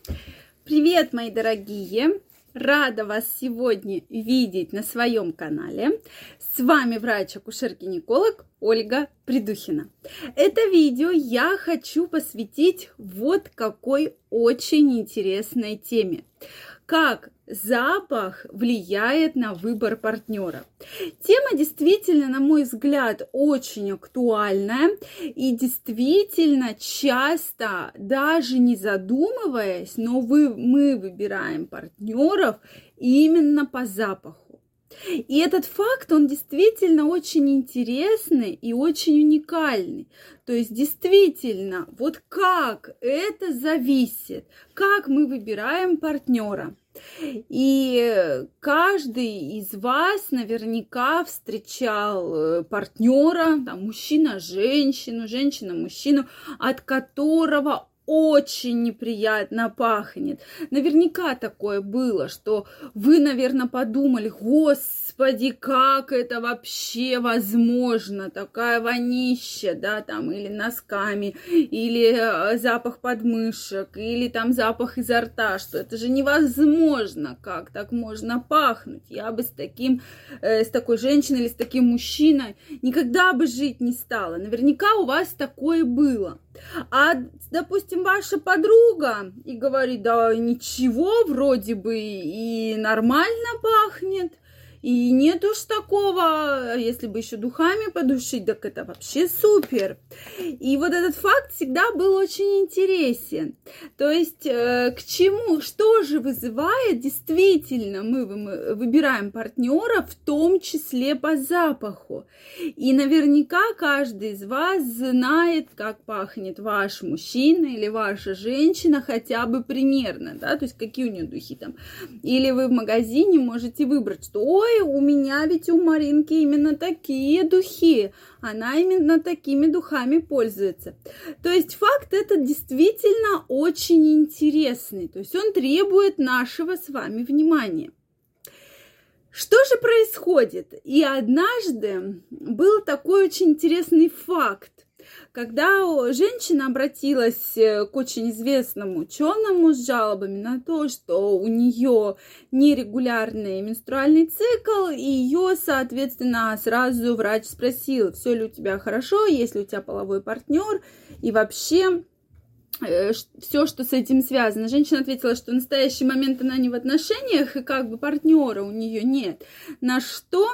Привет, мои дорогие! Рада вас сегодня видеть на своем канале. С вами врач-акушер-гинеколог Ольга Придухина. Это видео я хочу посвятить вот какой очень интересной теме. Как запах влияет на выбор партнера. Тема действительно, на мой взгляд, очень актуальная и действительно часто, даже не задумываясь, но мы выбираем партнеров именно по запаху. И этот факт, он действительно очень интересный и очень уникальный. То есть, действительно, вот как это зависит, как мы выбираем партнера. И каждый из вас наверняка встречал партнера, там, мужчина-женщину, женщина-мужчину, от которого очень неприятно пахнет. Наверняка такое было, что вы, наверное, подумали: господи, как это вообще возможно, такая вонища, да, там, или носками, или запах подмышек, или там запах изо рта, что это же невозможно, как так можно пахнуть. Я бы с такой женщиной или с таким мужчиной никогда бы жить не стала. Наверняка у вас такое было. А, допустим, ваша подруга и говорит: да ничего, вроде бы и нормально пахнет, и нет уж такого, если бы еще духами подушить, так это вообще супер. И вот этот факт всегда был очень интересен. То есть к чему, что же вызывает, действительно, мы выбираем партнера, в том числе по запаху. И наверняка каждый из вас знает, как пахнет ваш мужчина или ваша женщина, хотя бы примерно, да, то есть какие у нее духи там. Или вы в магазине можете выбрать, что ой, у меня ведь у Маринки именно такие духи, она именно такими духами пользуется. То есть факт этот действительно очень интересный, то есть он требует нашего с вами внимания. Что же происходит? И однажды был такой очень интересный факт, когда женщина обратилась к очень известному ученому с жалобами на то, что у нее нерегулярный менструальный цикл, и ее, соответственно, сразу врач спросил: все ли у тебя хорошо, есть ли у тебя половой партнер, и вообще все, что с этим связано. Женщина ответила, что в настоящий момент она не в отношениях, и как бы партнера у нее нет. На что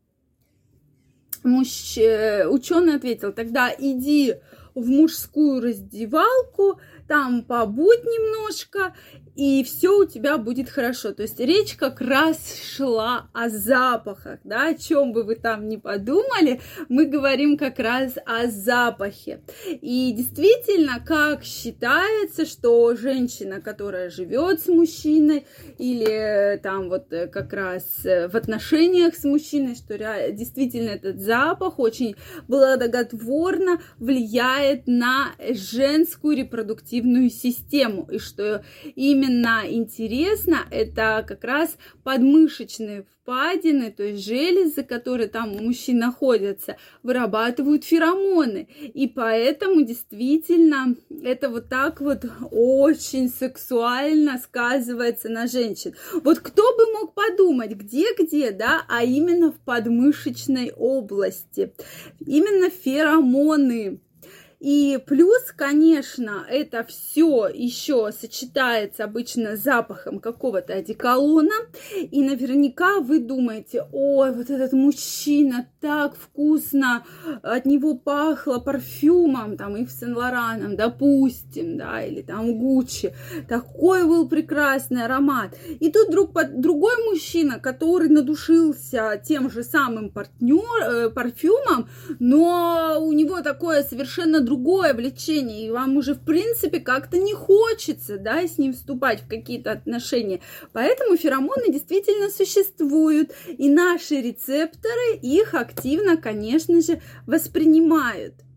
ученый ответил: тогда иди в мужскую раздевалку, там побудь немножко, и все у тебя будет хорошо. То есть речь как раз шла о запахах, да, о чем бы вы там ни подумали, мы говорим как раз о запахе. И действительно, как считается, что женщина, которая живет с мужчиной, или там вот как раз в отношениях с мужчиной, что действительно этот запах очень благотворно влияет на женскую репродуктивную систему, и что именно интересно, это как раз подмышечные впадины, то есть железы, которые там у мужчин находятся, вырабатывают феромоны, и поэтому действительно это вот так вот очень сексуально сказывается на женщин. Вот кто бы мог подумать, где, да, а именно в подмышечной области, именно феромоны. И плюс, конечно, это все еще сочетается обычно с запахом какого-то одеколона. И наверняка вы думаете: ой, вот этот мужчина, так вкусно, от него пахло парфюмом, там, Ив Сен-Лораном, допустим, да, или там Гуччи. Такой был прекрасный аромат. И тут другой мужчина, который надушился тем же самым парфюмом, но у него такое совершенно другое влечение, и вам уже, в принципе, как-то не хочется, да, с ним вступать в какие-то отношения. Поэтому феромоны действительно существуют, и наши рецепторы их активно, конечно же, воспринимают.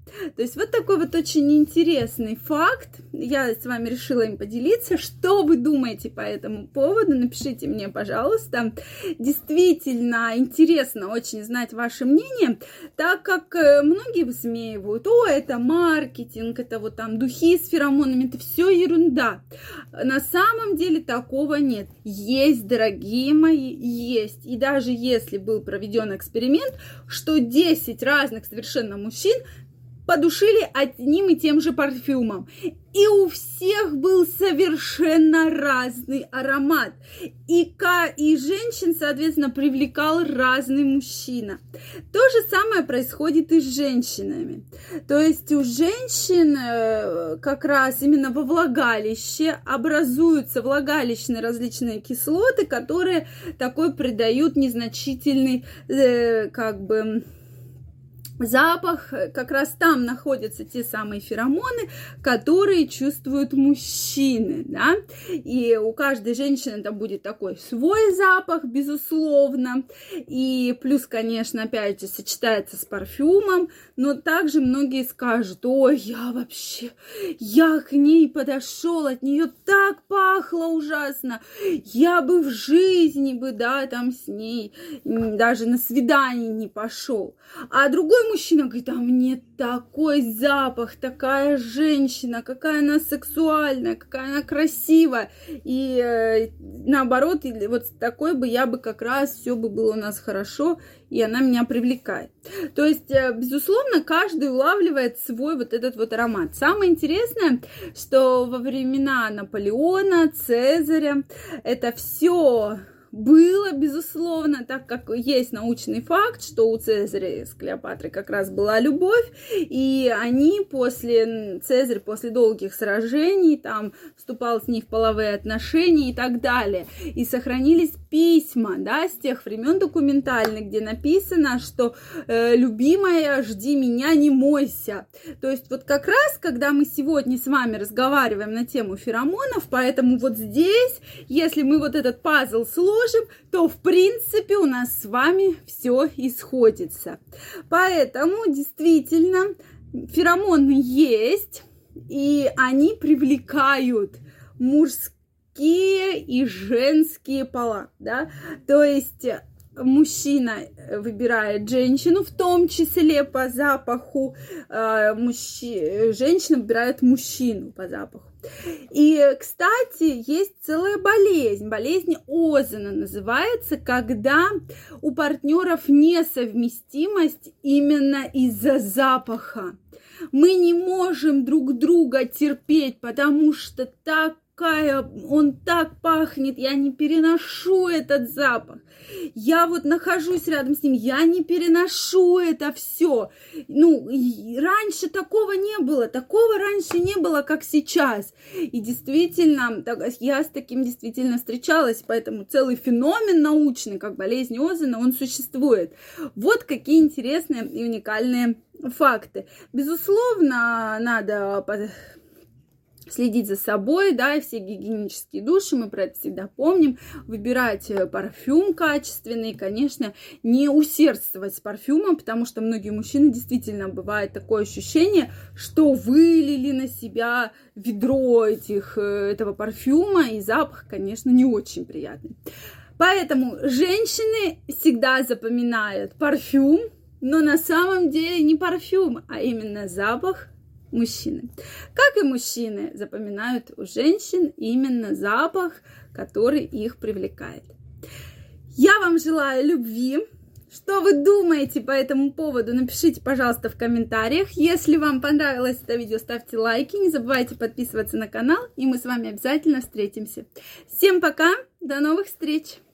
То есть вот такой вот очень интересный факт. Я с вами решила им поделиться. Что вы думаете по этому поводу? Напишите мне, пожалуйста. Действительно интересно очень знать ваше мнение, так как многие высмеивают: о, это маркетинг, это вот там духи с феромонами, это все ерунда. На самом деле такого нет. Есть, дорогие мои, есть. И даже если был проведен эксперимент, что 10 разных совершенно мужчин подушили одним и тем же парфюмом. И у всех был совершенно разный аромат. И женщин, соответственно, привлекал разный мужчина. То же самое происходит и с женщинами. То есть у женщин как раз именно во влагалище образуются влагалищные различные кислоты, которые такой придают незначительный запах. Как раз там находятся те самые феромоны, которые чувствуют мужчины, да, и у каждой женщины там будет такой свой запах, безусловно, и плюс, конечно, опять же, сочетается с парфюмом, но также многие скажут: ой, я к ней подошел, от нее так пахло ужасно, я бы в жизни бы, да, там с ней даже на свидание не пошел. А другой мужчина говорит: а мне такой запах, такая женщина, какая она сексуальная, какая она красивая. И наоборот, вот такой бы я бы как раз, все бы было у нас хорошо, и она меня привлекает. То есть, безусловно, каждый улавливает свой вот этот вот аромат. Самое интересное, что во времена Наполеона, Цезаря, это все было, безусловно, так как есть научный факт, что у Цезаря с Клеопатрой как раз была любовь, и Цезарь после долгих сражений там вступал с ней в половые отношения и так далее. И сохранились письма, да, с тех времен документальных, где написано, что любимая, жди меня, не мойся. То есть вот как раз, когда мы сегодня с вами разговариваем на тему феромонов, поэтому вот здесь, если мы вот этот пазл сложим, то, в принципе, у нас с вами все исходится. Поэтому, действительно, феромоны есть, и они привлекают мужские и женские пола, да, то есть мужчина выбирает женщину, в том числе по запаху, женщина выбирает мужчину по запаху. И, кстати, есть целая болезнь Озена называется, когда у партнеров несовместимость именно из-за запаха. Мы не можем друг друга терпеть, потому что он так пахнет, я не переношу этот запах. Я вот нахожусь рядом с ним, я не переношу это все. Раньше такого не было, как сейчас. И действительно, я с таким действительно встречалась, поэтому целый феномен научный, как болезнь Озена, он существует. Вот какие интересные и уникальные факты. Безусловно, надо следить за собой, да, и все гигиенические души, мы про это всегда помним, выбирать парфюм качественный, конечно, не усердствовать с парфюмом, потому что многие мужчины действительно бывает такое ощущение, что вылили на себя ведро этого парфюма, и запах, конечно, не очень приятный. Поэтому женщины всегда запоминают парфюм, но на самом деле не парфюм, а именно запах мужчины. Как и мужчины запоминают у женщин именно запах, который их привлекает. Я вам желаю любви. Что вы думаете по этому поводу? Напишите, пожалуйста, в комментариях. Если вам понравилось это видео, ставьте лайки. Не забывайте подписываться на канал. И мы с вами обязательно встретимся. Всем пока. До новых встреч.